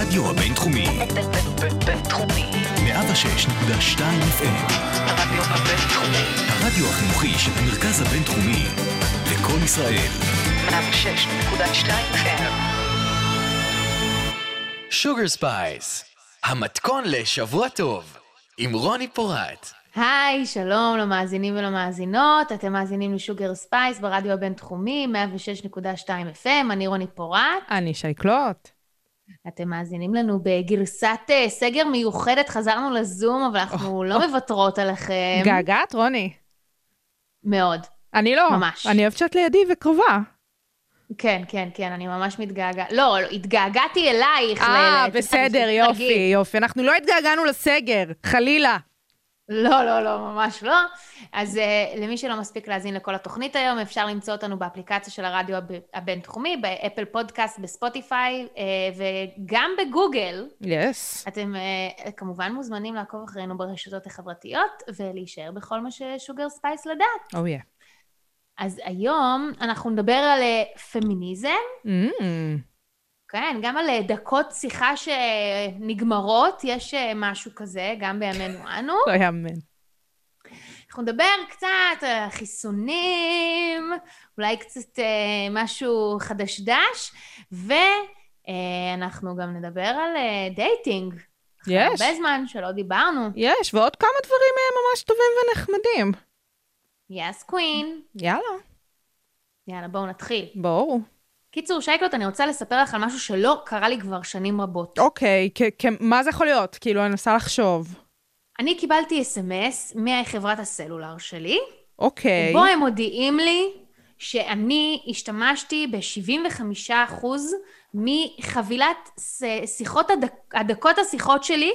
הרדיו הבינתחומי. בינתחומי. 106.2 FM. הרדיו הבינתחומי. הרדיו החינוכי של המרכז הבינתחומי. לכל ישראל. 106.2 FM. שוגר ספייס, המתכון לשבוע טוב, עם רוני פורט. היי, שלום למאזינים ולמאזינות, אתם מאזינים לשוגר ספייס ברדיו הבינתחומי, 106.2 FM, אני רוני פורט. אני שייקלוט. אתם מאזינים לנו בגרסת סגר מיוחדת, חזרנו לזום, אבל אנחנו לא מוותרות עליכם. געגעת, רוני? מאוד. אני לא. ממש. אני אוהבת שאת לידי וקרובה. כן, אני ממש מתגעגעת. לא, התגעגעתי אלייך. בסדר, יופי. אנחנו לא התגעגענו לסגר, חלילה. לא, ממש לא. אז למי שלא מספיק להזין לכל התוכנית היום, אפשר למצוא אותנו באפליקציה של הרדיו הבינתחומי, באפל פודקאסט, בספוטיפיי, וגם בגוגל. Yes. אתם כמובן מוזמנים לעקוב אחרינו ברשתות החברתיות, ולהישאר בכל מה ששוגר ספייס לדעת. Oh yeah. אז היום אנחנו נדבר על פמיניזם. כן, גם על דקות שיחה שנגמרות, יש משהו כזה, גם בימינו אנו. לא יאמן. אנחנו נדבר קצת על חיסונים, אולי קצת משהו חדשדש, ואנחנו גם נדבר על דייטינג. יש. הרבה זמן שלא דיברנו. יש, ועוד כמה דברים ממש טובים ונחמדים. יס, קווין. יאללה, בואו נתחיל. ברור. קיצור, שייקלוט, אני רוצה לספר לך על משהו שלא קרה לי כבר שנים רבות. אוקיי, מה זה יכול להיות? כאילו, אני מנסה לחשוב. אני קיבלתי SMS מחברת הסלולר שלי. אוקיי. ובו הם מודיעים לי שאני השתמשתי ב-75% מחבילת שיחות הדקות השיחות שלי,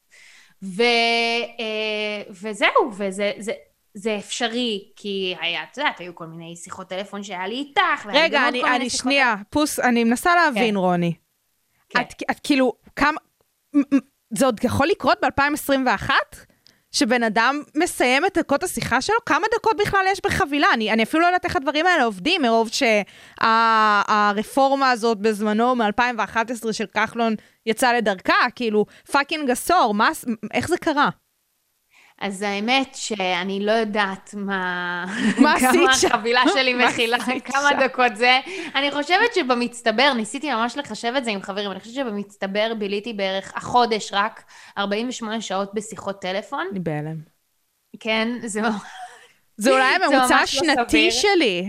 וזהו, זה אפשרי, כי את יודעת, היו כל מיני שיחות טלפון שהיה לי איתך. רגע, אני שנייה, פוס, אני מנסה להבין, רוני. את כאילו, זה עוד יכול לקרות ב-2021? שבן אדם מסיים את דקות השיחה שלו? כמה דקות בכלל יש בחבילה? אני אפילו לא יודעת איך הדברים האלה עובדים, מרוב שהרפורמה הזאת בזמנו, מ-2011 של כחלון יצא לדרכה, כאילו, פאקינג עשור, איך זה קרה? אז האמת שאני לא יודעת כמה החבילה שלי מכילה, כמה דקות זה. אני חושבת שבמצטבר, ניסיתי ממש לחשב את זה עם חברים, אני חושבת שבמצטבר ביליתי בערך החודש רק 48 שעות בשיחות טלפון. אני בהלם. כן, זה אולי הממוצע השנתי שלי.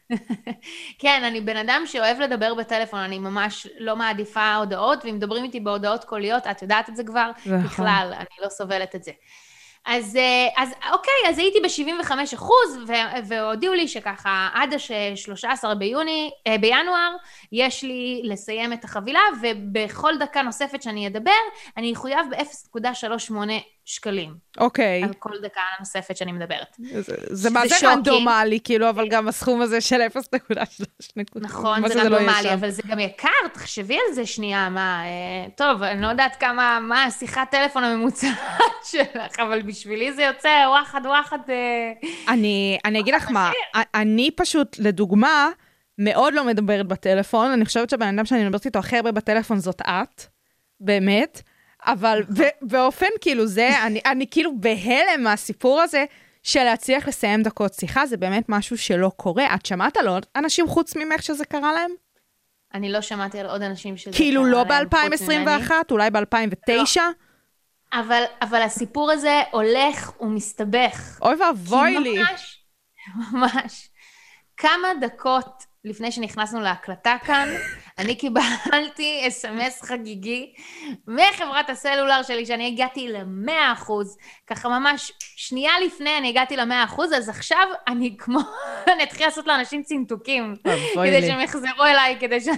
כן, אני בן אדם שאוהב לדבר בטלפון, אני ממש לא מעדיפה הודעות, ואם מדברים איתי בהודעות קוליות, את יודעת את זה כבר, בכלל, אני לא סובלת את זה. אז אוקיי, אז הייתי ב-75%, והודיעו לי שככה, עד ה-13 בינואר, יש לי לסיים את החבילה, ובכל דקה נוספת שאני אדבר, אני אחויב ב-0.38 שקלים. אוקיי. על כל דקה נוספת שאני מדברת. זה מה זה רנדומלי, כאילו, אבל גם הסכום הזה של 0.3. נכון, זה רנדומלי, אבל זה גם יקר, תחשבי על זה שנייה, טוב, אני לא יודעת מה השיחת טלפון הממוצעת שלך, אבל בשבילי זה יוצא וואחד. אני אגיד לך מה, אני פשוט, לדוגמה, מאוד לא מדברת בטלפון, אני חושבת שבן אדם שאני מדברת איתו הכי הרבה בטלפון זאת את, באמת, אבל באופן כאילו זה, אני כאילו בהלם מהסיפור הזה, של להצליח לסיים דקות שיחה, זה באמת משהו שלא קורה. את שמעת על עוד אנשים חוץ ממך שזה קרה להם? אני לא שמעתי על עוד אנשים שזה כאילו לא ב-2021, אולי ב-2009? אבל הסיפור הזה הולך ומסתבך. אוי ואבוי לי. ממש. כמה דקות לפני שנכנסנו להקלטה כאן, אני קיבלתי SMS חגיגי מחברת הסלולר שלי, שאני הגעתי ל-100%, ככה ממש שנייה לפני אני הגעתי ל-100%, אז עכשיו אני כמו, אני אתחיל לעשות לאנשים צינתוקים, כדי שהם יחזרו אליי,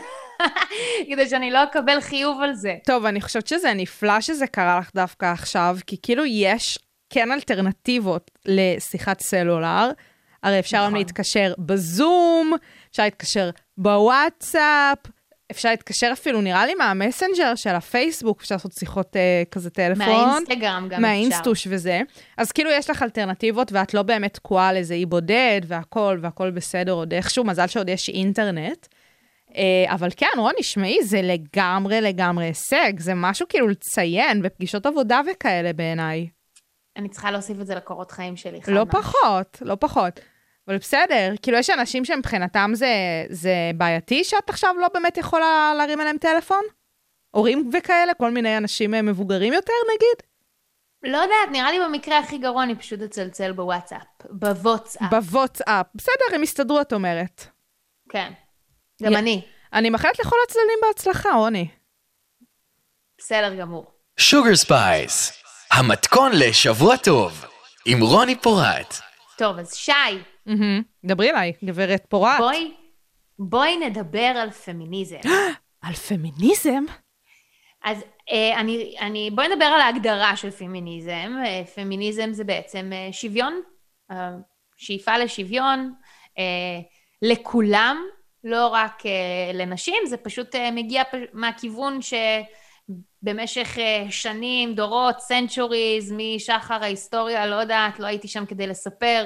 כדי שאני לא אקבל חיוב על זה. טוב, אני חושבת שזה נפלא שזה קרה לך דווקא עכשיו, כי כאילו יש כן אלטרנטיבות לשיחת סלולר, הרי אפשר גם להתקשר בזום, אפשר להתקשר בוואטסאפ, אפשר להתקשר אפילו, נראה לי, מהמסנג'ר של הפייסבוק, אפשר לעשות שיחות כזה טלפון. מהאינסטגרם גם אפשר. מהאינסטוש וזה. אז כאילו יש לך אלטרנטיבות, ואת לא באמת תקועה על איזה אי בודד, והכל בסדר, עוד איכשהו, מזל שעוד יש אינטרנט. אבל כן, רוני, שמעי, זה לגמרי הישג, זה משהו כאילו לציין בפגישות עבודה וכאלה בעיניי. אני צריכה להוסיף את זה לקורות חיים שלי. לא פחות. אבל בסדר, כאילו יש אנשים שמבחינתם זה בעייתי, שאת עכשיו לא באמת יכולה להרים אליהם טלפון? הורים וכאלה, כל מיני אנשים מבוגרים יותר נגיד? לא יודעת, נראה לי במקרה הכי גרוע, אני פשוט אצלצל בוואטסאפ, בוואטסאפ. בסדר, הם יסתדרו, את אומרת. כן, גם אני. אני מאחלת לכל הצדדים בהצלחה, רוני. בסדר גמור. שוגר ספייס, המתכון לשבוע טוב, עם רוני פורט. טוב, אז שי. דברי אליי, גברת פורט. בואי נדבר על פמיניזם. על פמיניזם? אז בואי נדבר על ההגדרה של פמיניזם. פמיניזם זה בעצם שוויון, שאיפה לשוויון, לכולם, לא רק לנשים, זה פשוט מגיע מהכיוון שבמשך שנים, דורות, סנצ'וריז, משחר ההיסטוריה, לא יודעת, לא הייתי שם כדי לספר,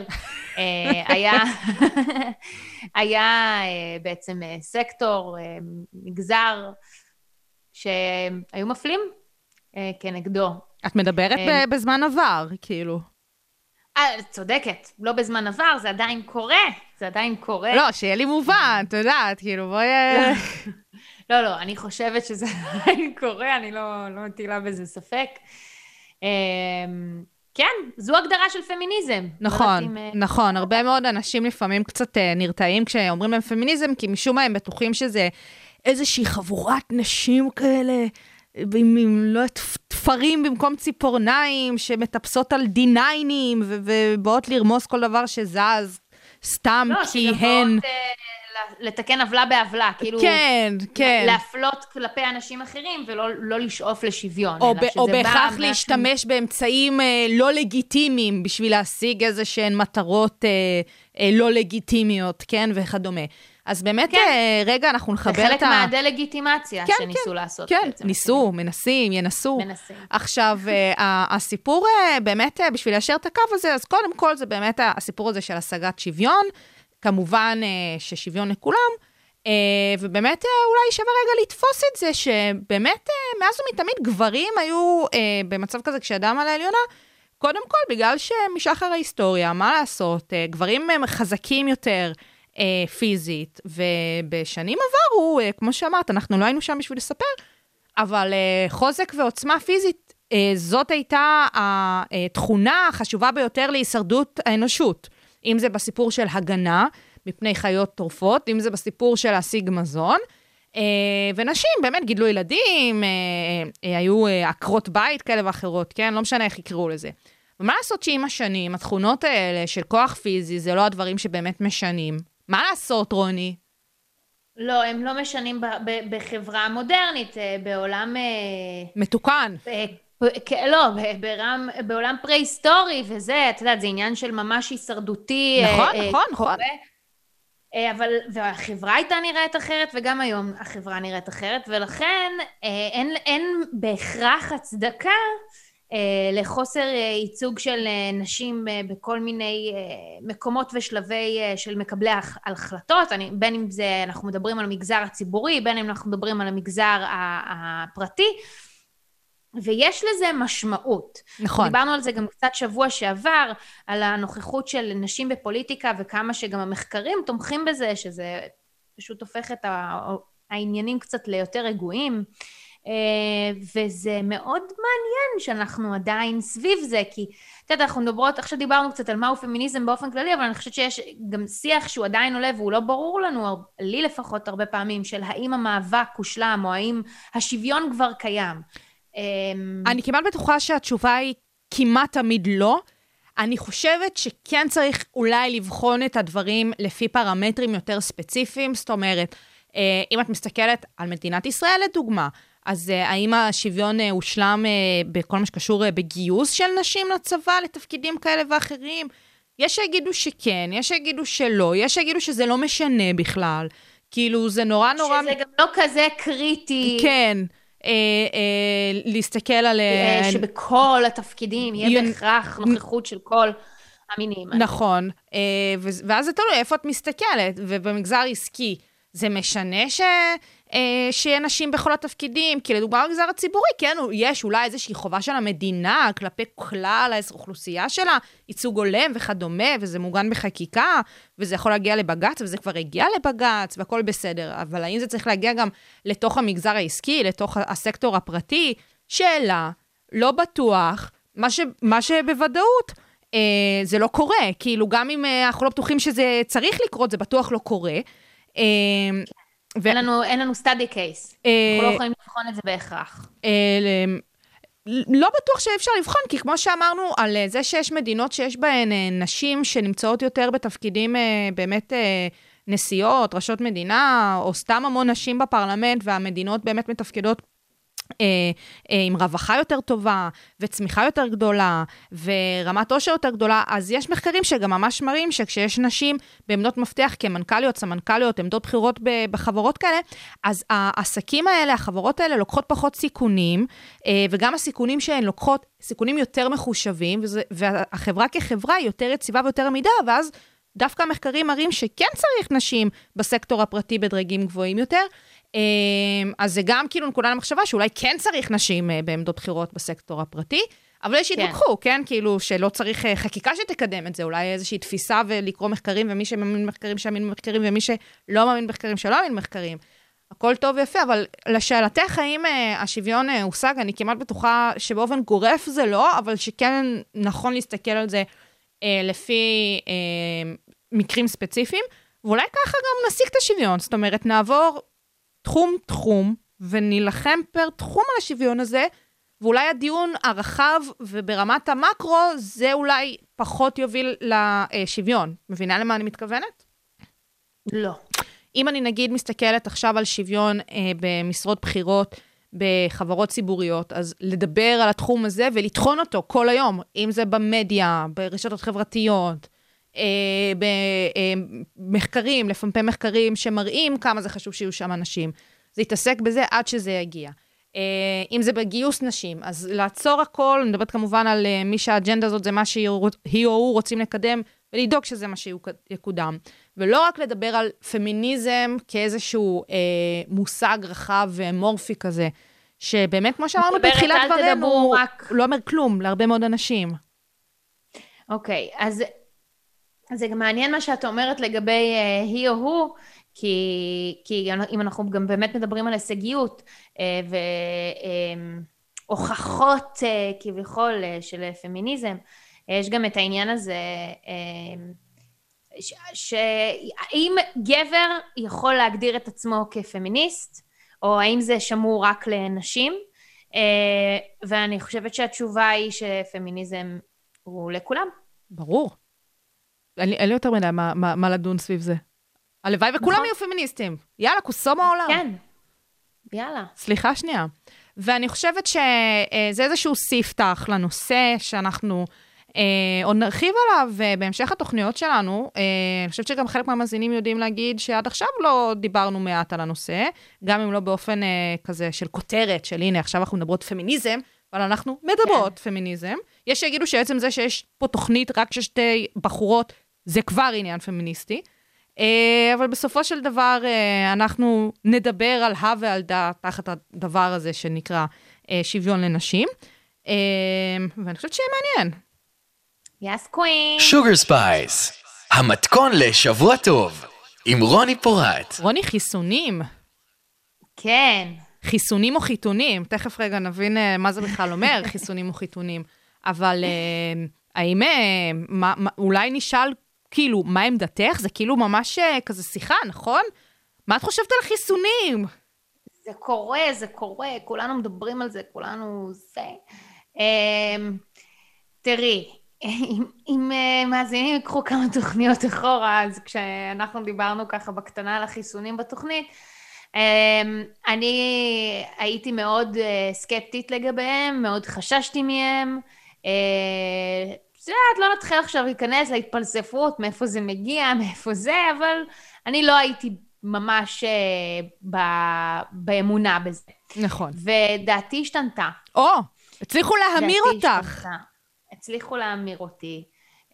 היה בעצם סקטור, מגזר, שהיו מפלים כנגדו. את מדברת בזמן עבר, כאילו. צודקת, לא בזמן עבר, זה עדיין קורה. לא, שיהיה לי מובן, אתה יודעת, כאילו, בואי... לא, אני חושבת שזה עדיין קורה, אני לא מטילה בזה ספק. כן, זו הגדרה של פמיניזם. נכון, הרבה מאוד אנשים לפעמים קצת נרתעים כשאומרים להם פמיניזם, כי משום מה הם בטוחים שזה איזושהי חבורת נשים כאלה, עם לא תפרים במקום ציפורניים, שמטפסות על דיניינים, ובאות לרמוס כל דבר שזז, סתם כי הן... לתקן עוולה בעוולה, כאילו... כן. להפלות כלפי אנשים אחרים, ולא לשאוף לשוויון. או בהכרח להשתמש באמצעים לא לגיטימיים, בשביל להשיג איזה שהן מטרות לא לגיטימיות, כן, וכדומה. אז באמת, רגע, אנחנו נחבר את ה... זה חלק מהדה-לגיטימציה שניסו לעשות. כן, ניסו, מנסים, ינסו. עכשיו, הסיפור באמת, בשביל ליישר את הקו הזה, אז קודם כל זה באמת הסיפור הזה של השגת שוויון, כמובן ששוויון לכולם, ובאמת אולי שווה רגע לתפוס את זה, שבאמת מאז ומתמיד גברים היו במצב כזה כשאדם על העליונה, קודם כל בגלל שמשחר ההיסטוריה, מה לעשות, גברים הם חזקים יותר, פיזית, ובשנים עברו, כמו שאמרת, אנחנו לא היינו שם בשביל לספר, אבל חוזק ועוצמה פיזית, זאת הייתה התכונה החשובה ביותר להישרדות האנושות. אם זה בסיפור של הגנה מפני חיות טורפות, אם זה בסיפור של להשיג מזון, ונשים באמת גידלו ילדים, היו עקרות בית כאלה ואחרות, כן? לא משנה איך יקראו לזה. ומה לעשות שעם השנים, התכונות האלה של כוח פיזי, זה לא הדברים שבאמת משנים. מה לעשות, רוני? לא, הם לא משנים בחברה מודרנית, בעולם... מתוקן. לא, בעולם פרה-היסטורי וזה, אתה יודע, זה עניין של ממש הישרדותי. נכון. והחברה הייתה נראית אחרת, וגם היום החברה נראית אחרת, ולכן אין בהכרח הצדקה לחוסר ייצוג של נשים בכל מיני מקומות ושלבי של מקבלי ההחלטות, בין אם זה אנחנו מדברים על המגזר הציבורי, בין אם אנחנו מדברים על המגזר הפרטי, ויש לזה משמעות. נכון. דיברנו על זה גם קצת שבוע שעבר, על הנוכחות של נשים בפוליטיקה, וכמה שגם המחקרים תומכים בזה, שזה פשוט הופך את העניינים קצת ליותר רגועים, וזה מאוד מעניין שאנחנו עדיין סביב זה, כי אתה יודע, אנחנו מדברות, עכשיו דיברנו קצת על מהו פמיניזם באופן כללי, אבל אני חושבת שיש גם שיח שהוא עדיין עולה, והוא לא ברור לנו, לי לפחות הרבה פעמים, של האם המאבק הושלם, או האם השוויון כבר קיים. אני כמעט בטוחה שהתשובה היא כמעט תמיד לא. אני חושבת שכן צריך אולי לבחון את הדברים לפי פרמטרים יותר ספציפיים, זאת אומרת, אם את מסתכלת על מדינת ישראל לדוגמה, אז האם השוויון הושלם בכל מה שקשור בגיוס של נשים לצבא, לתפקידים כאלה ואחרים? יש שיגידו שכן, יש שיגידו שלא, יש שיגידו שזה לא משנה בכלל. כאילו זה נורא... שזה גם לא כזה קריטי. כן. להסתכל על... שבכל התפקידים יהיה בהכרח נוכחות של כל המינים. נכון. ואז זה תלוי איפה את מסתכלת, ובמגזר עסקי זה משנה שיהיה נשים בכל התפקידים, כי לדוגמה במגזר הציבורי, כן, יש אולי איזושהי חובה של המדינה, כלפי כלל האוכלוסייה שלה, ייצוג הולם וכדומה, וזה מוגן בחקיקה, וזה יכול להגיע לבגץ, וזה כבר הגיע לבגץ, והכל בסדר. אבל האם זה צריך להגיע גם לתוך המגזר העסקי, לתוך הסקטור הפרטי? שאלה, לא בטוח, מה שבוודאות, זה לא קורה, כאילו גם אם אנחנו לא בטוחים שזה צריך לקרות, זה בטוח לא קורה. אין לנו study case, אנחנו לא יכולים לבחון את זה בהכרח. לא בטוח שאפשר לבחון, כי כמו שאמרנו על זה שיש מדינות שיש בהן נשים שנמצאות יותר בתפקידים באמת נשיאות, ראשות מדינה, או סתם המון נשים בפרלמנט, והמדינות באמת מתפקדות עם רווחה יותר טובה, וצמיחה יותר גדולה, ורמת עושר יותר גדולה, אז יש מחקרים שגם ממש מראים שכשיש נשים בעמדות מפתח כמנכ"ליות, סמנכ"ליות, עמדות בחירות בחברות כאלה, אז העסקים האלה, החברות האלה לוקחות פחות סיכונים, וגם הסיכונים שהן לוקחות, סיכונים יותר מחושבים, והחברה כחברה היא יותר יציבה ויותר עמידה, ואז דווקא המחקרים מראים שכן צריך נשים בסקטור הפרטי בדרגים גבוהים יותר, אז זה גם כאילו נקודה למחשבה שאולי כן צריך נשים בעמדות בחירות בסקטור הפרטי, אבל יש התווכחו, כן? כאילו שלא צריך חקיקה שתקדם את זה, אולי איזושהי תפיסה ולקרוא מחקרים, ומי שמאמין מחקרים שיאמין מחקרים, ומי שלא מאמין מחקרים שלא מאמין מחקרים. הכל טוב ויפה, אבל לשאלתך האם השוויון הושג, אני כמעט בטוחה שבאופן גורף זה לא, אבל שכן נכון להסתכל על זה לפי מקרים ספציפיים, ואולי ככה גם נשיג את השוויון, זאת אומרת, נעבור תחום, ונלחם פר תחום על השוויון הזה, ואולי הדיון הרחב וברמת המקרו, זה אולי פחות יוביל לשוויון. מבינה למה אני מתכוונת? לא. אם אני נגיד מסתכלת עכשיו על שוויון במשרות בחירות, בחברות ציבוריות, אז לדבר על התחום הזה ולטחון אותו כל היום, אם זה במדיה, ברשתות חברתיות, במחקרים, לפמפי מחקרים שמראים כמה זה חשוב שיהיו שם אנשים. זה יתעסק בזה עד שזה יגיע. אם זה בגיוס נשים, אז לעצור הכל, אני מדברת כמובן על מי שהאג'נדה הזאת זה מה שהיא או הוא רוצים לקדם, ולדאוג שזה מה שיקודם. ולא רק לדבר על פמיניזם כאיזשהו מושג רחב ומורפי כזה, שבאמת כמו שאמרנו בתחילת דברנו, לא אומר כלום להרבה מאוד אנשים. אוקיי, אז זה גם מעניין מה שאת אומרת לגבי היא או הוא, כי אם אנחנו גם באמת מדברים על הישגיות, והוכחות כביכול של פמיניזם, יש גם את העניין הזה, שהאם גבר יכול להגדיר את עצמו כפמיניסט, או האם זה שמור רק לנשים, ואני חושבת שהתשובה היא שפמיניזם הוא לכולם. ברור. אין לי יותר מדי מה לדון סביב זה. הלוואי וכולם יהיו פמיניסטים. יאללה, כוסו מהעולם. כן. יאללה. סליחה שנייה. ואני חושבת שזה איזשהו ספתח לנושא שאנחנו עוד נרחיב עליו בהמשך התוכניות שלנו. אני חושבת שגם חלק מהמאזינים יודעים להגיד שעד עכשיו לא דיברנו מעט על הנושא, גם אם לא באופן כזה של כותרת, של הנה, עכשיו אנחנו מדברות פמיניזם, אבל אנחנו מדברות פמיניזם. יש שיגידו שעצם זה שיש פה תוכנית רק ששתי בחורות, זה כבר עניין פמיניסטי. אבל בסופו של דבר אנחנו נדבר על ועל תחת הדבר הזה שנקרא שוויון לנשים. ואני חושבת שיהיה מעניין. יס קווין. שוגר ספייס, המתכון לשבוע טוב, עם רוני פורט. רוני, חיסונים. כן. חיסונים או חיתונים, תכף רגע נבין מה זה בכלל אומר, חיסונים או חיתונים. אבל האם, אולי נשאל, כאילו, מה עמדתך? זה כאילו ממש כזה שיחה, נכון? מה את חושבת על חיסונים? זה קורה, כולנו מדברים על זה, כולנו זה. תראי, אם מאזינים יקחו כמה תוכניות אחורה, אז כשאנחנו דיברנו ככה בקטנה על החיסונים בתוכנית, אני הייתי מאוד סקפטית לגביהם, מאוד חששתי מהם, לא נתחיל עכשיו להיכנס להתפלספות, מאיפה זה מגיע, מאיפה זה, אבל אני לא הייתי ממש באמונה בזה. נכון. ודעתי השתנתה. הצליחו להמיר אותך. הצליחו להמיר אותי.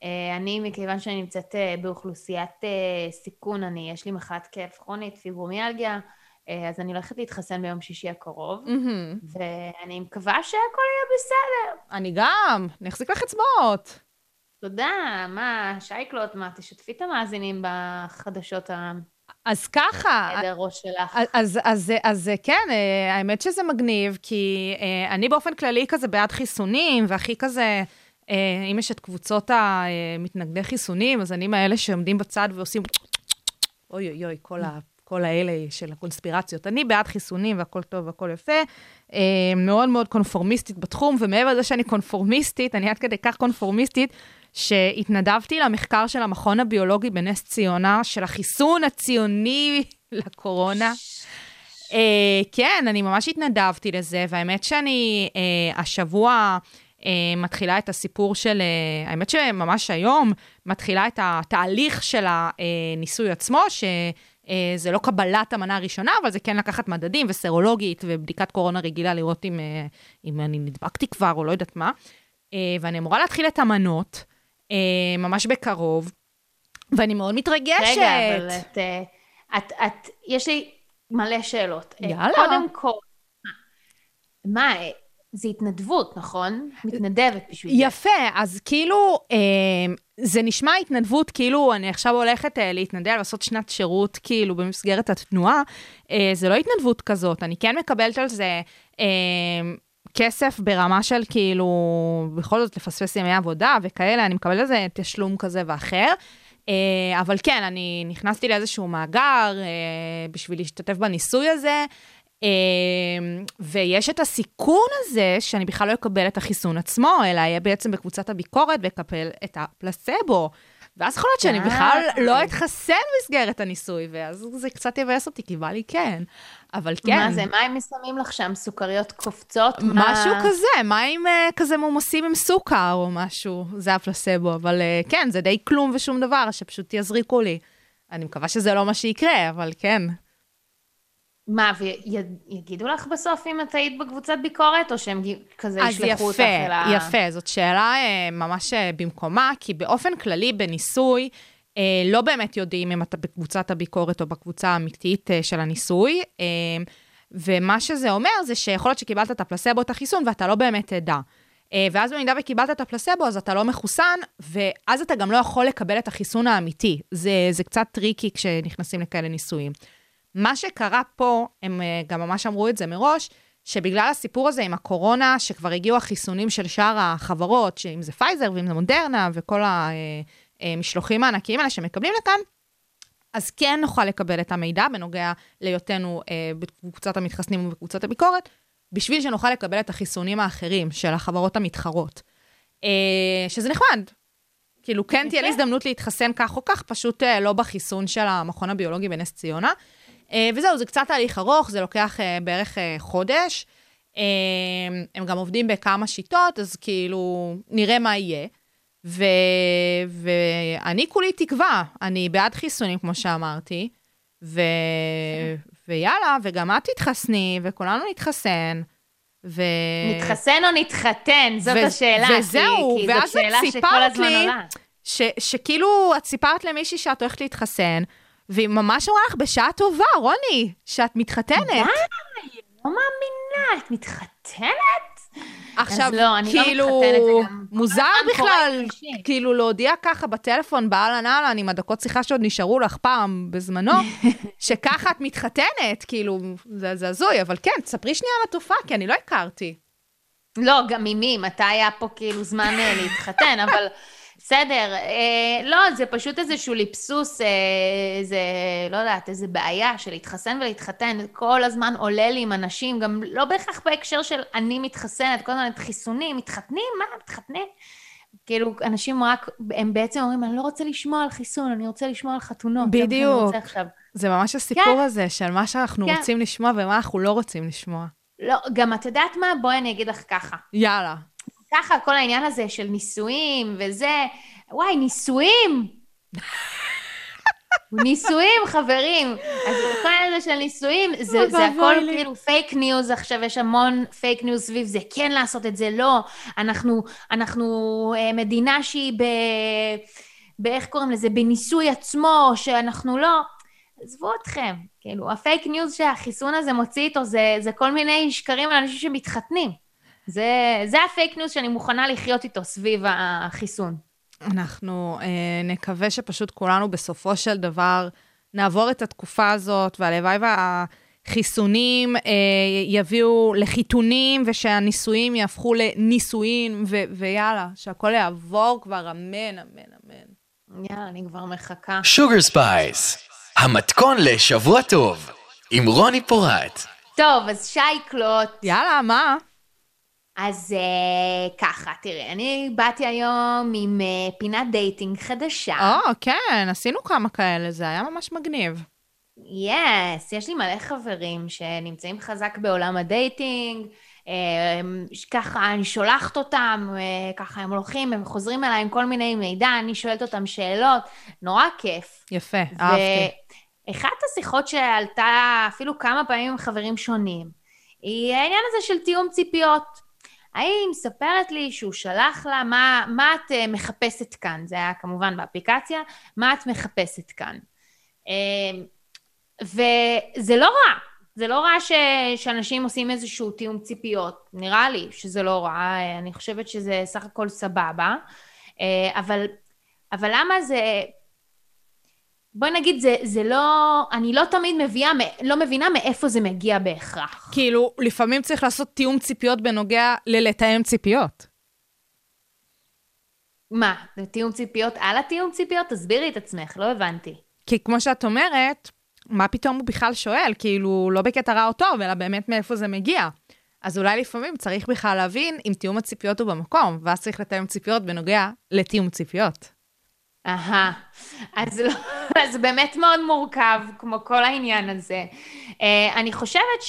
אני, מכיוון שאני נמצאת באוכלוסיית סיכון, יש לי מחלת כאב כרונית, פיברומיאלגיה, אז אני הולכת להתחסן ביום שישי הקרוב, ואני מקווה שהכל יהיה בסדר. אני גם, נחזיק לך אצבעות. תודה, מה, שייקלוט, מה, תשתפי את המאזינים בחדשות אז ככה, ראש שלך. אז כן, האמת שזה מגניב, כי אני באופן כללי כזה בעד חיסונים, והכי כזה, אם יש את קבוצות המתנגדי חיסונים, אז אני מאלה שעומדים בצד ועושים, אוי אוי אוי, כל האלה של הקונספירציות. אני בעד חיסונים והכל טוב והכל יפה, מאוד מאוד קונפורמיסטית בתחום, ומעבר לזה שאני קונפורמיסטית, אני עד כדי כך קונפורמיסטית, שהתנדבתי למחקר של המכון הביולוגי בנס ציונה, של החיסון הציוני לקורונה. כן, אני ממש התנדבתי לזה, והאמת שאני השבוע מתחילה את הסיפור של, האמת שממש היום מתחילה את התהליך של הניסוי עצמו, שזה לא קבלת המנה הראשונה, אבל זה כן לקחת מדדים וסרולוגית ובדיקת קורונה רגילה, לראות אם אני נדבקתי כבר או לא יודעת מה. ואני אמורה להתחיל את המנות, ממש בקרוב, ואני מאוד מתרגשת. רגע, אבל יש לי מלא שאלות. יאללה. קודם כל, מה, זה התנדבות, נכון? מתנדבת בשביל זה. יפה, אז כאילו, זה נשמע התנדבות, כאילו אני עכשיו הולכת להתנדב, לעשות שנת שירות, כאילו במסגרת התנועה, זה לא התנדבות כזאת, אני כן מקבלת על זה כסף ברמה של כאילו, בכל זאת לפספס ימי עבודה וכאלה, אני מקבלת על זה תשלום כזה ואחר, אבל כן, אני נכנסתי לאיזשהו מאגר בשביל להשתתף בניסוי הזה, ויש את הסיכון הזה שאני בכלל לא אקבל את החיסון עצמו, אלא יהיה בעצם בקבוצת הביקורת ויקבל את הפלסבו. ואז יכול להיות שאני בכלל לא אתחסן במסגרת הניסוי, ואז זה קצת יבאס אותי, כי בא לי כן. אבל כן. מה זה? מה הם מסמים לך שם? סוכריות קופצות? משהו כזה, מים כזה מומסים עם סוכר או משהו, זה הפלסבו. אבל כן, זה די כלום ושום דבר, שפשוט יזריקו לי. אני מקווה שזה לא מה שיקרה, אבל כן. מה, ויגידו לך בסוף אם את היית בקבוצת ביקורת, או שהם כזה ישלחו אותך אל ה... אז יפה, זאת שאלה ממש במקומה, כי באופן כללי בניסוי, לא באמת יודעים אם אתה בקבוצת הביקורת או בקבוצה האמיתית של הניסוי, ומה שזה אומר זה שיכול להיות שקיבלת את הפלסבו, את החיסון, ואתה לא באמת תדע. ואז במידה וקיבלת את הפלסבו, אז אתה לא מחוסן, ואז אתה גם לא יכול לקבל את החיסון האמיתי. זה קצת טריקי כשנכנסים לכאלה ניסויים. מה שקרה פה, הם גם ממש אמרו את זה מראש, שבגלל הסיפור הזה עם הקורונה, שכבר הגיעו החיסונים של שאר החברות, שאם זה פייזר ואם זה מודרנה, וכל המשלוחים הענקיים האלה שמקבלים לכאן, אז כן נוכל לקבל את המידע בנוגע להיותנו בקבוצת המתחסנים ובקבוצת הביקורת, בשביל שנוכל לקבל את החיסונים האחרים של החברות המתחרות. שזה נחמד. כאילו כן תהיה לי הזדמנות להתחסן כך או כך, פשוט לא בחיסון של המכון הביולוגי בנס ציונה. וזהו, זה קצת תהליך ארוך, זה לוקח בערך חודש. הם גם עובדים בכמה שיטות, אז כאילו נראה מה יהיה. ואני כולי תקווה, אני בעד חיסונים, כמו שאמרתי, ויאללה, וגם את תתחסני, וכולנו נתחסן. נתחסן או נתחתן? זאת השאלה. וזהו, ואז את סיפרת לי, שכאילו את סיפרת למישהי שאת הולכת להתחסן, והיא ממש אמרה לך בשעה טובה, רוני, שאת מתחתנת. די, לא מאמינה, את מתחתנת? עכשיו, לא, אני כאילו, לא מתחתנת, זה גם... מוזר בכלל, כאילו להודיע ככה בטלפון, באהלן אהלן, עם הדקות שיחה שעוד נשארו לך פעם בזמנו, שככה את מתחתנת, כאילו, זה הזוי, אבל כן, תספרי שנייה על התופעה, כי אני לא הכרתי. לא, גם ממי, מתי היה פה כאילו זמן להתחתן, אבל... בסדר, לא, זה פשוט איזשהו ליפסוס, זה, לא יודעת, איזו בעיה של להתחסן ולהתחתן, כל הזמן עולה לי עם אנשים, גם לא בהכרח בהקשר של אני מתחסנת, כל הזמן את חיסונים, מתחתנים, מה, מתחתנים? כאילו, אנשים רק, הם בעצם אומרים, אני לא רוצה לשמוע על חיסון, אני רוצה לשמוע על חתונות. בדיוק, זה ממש הסיפור הזה, של מה שאנחנו רוצים לשמוע ומה אנחנו לא רוצים לשמוע. לא, גם את יודעת מה? בואי אני אגיד לך ככה. יאללה. ככה, כל העניין הזה של ניסויים וזה, וואי, ניסויים! ניסויים, חברים. אז כל הזה של ניסויים, זה הכל כאילו פייק ניוז, עכשיו יש המון פייק ניוז סביב זה, כן לעשות את זה, לא. אנחנו מדינה שהיא באיך קוראים לזה, בניסוי עצמו, שאנחנו לא. עזבו אתכם, כאילו, הפייק ניוז שהחיסון הזה מוציא איתו, זה כל מיני שקרים על אנשים שמתחתנים. זה הפייק ניוז שאני מוכנה לחיות איתו סביב החיסון. אנחנו נקווה שפשוט כולנו בסופו של דבר נעבור את התקופה הזאת, והלוואי והחיסונים יביאו לחיתונים, ושהניסויים יהפכו לניסויים, ויאללה, שהכל יעבור כבר, אמן, אמן, אמן. יאללה, אני כבר מחכה. שוגר ספייס, המתכון לשבוע טוב, עם רוני פורט. טוב, אז שייקלוט. יאללה, מה? אז ככה, תראה, אני באתי היום עם פינת דייטינג חדשה. כן, עשינו כמה כאלה, זה היה ממש מגניב. יש לי מלא חברים שנמצאים חזק בעולם הדייטינג, ככה אני שולחת אותם, ככה הם הולכים, הם חוזרים אליי עם כל מיני מידע, אני שואלת אותם שאלות, נורא כיף. יפה, אהבתי. ואחת השיחות שעלתה אפילו כמה פעמים עם חברים שונים, היא העניין הזה של תיאום ציפיות. היא מספרת לי שהוא שלח לה, מה את מחפשת כאן? זה היה כמובן באפליקציה, מה את מחפשת כאן? וזה לא רע. זה לא רע שאנשים עושים איזשהו תיאום ציפיות. נראה לי שזה לא רע, אני חושבת שזה סך הכל סבבה. אבל למה זה... בואי נגיד, זה לא, אני לא תמיד לא מבינה מאיפה זה מגיע בהכרח. כאילו, לפעמים צריך לעשות תיאום ציפיות בנוגע ללתאם ציפיות. מה? זה תיאום ציפיות על התיאום ציפיות? תסבירי את עצמך, לא הבנתי. כי כמו שאת אומרת, מה פתאום הוא בכלל שואל? כאילו, לא בקטע רע או טוב, אלא באמת מאיפה זה מגיע. אז אולי לפעמים צריך בכלל להבין אם תיאום הציפיות הוא במקום, ואז צריך לתאם ציפיות בנוגע לתיאום ציפיות. אז זה באמת מאוד מורכב, כמו כל העניין הזה. אני חושבת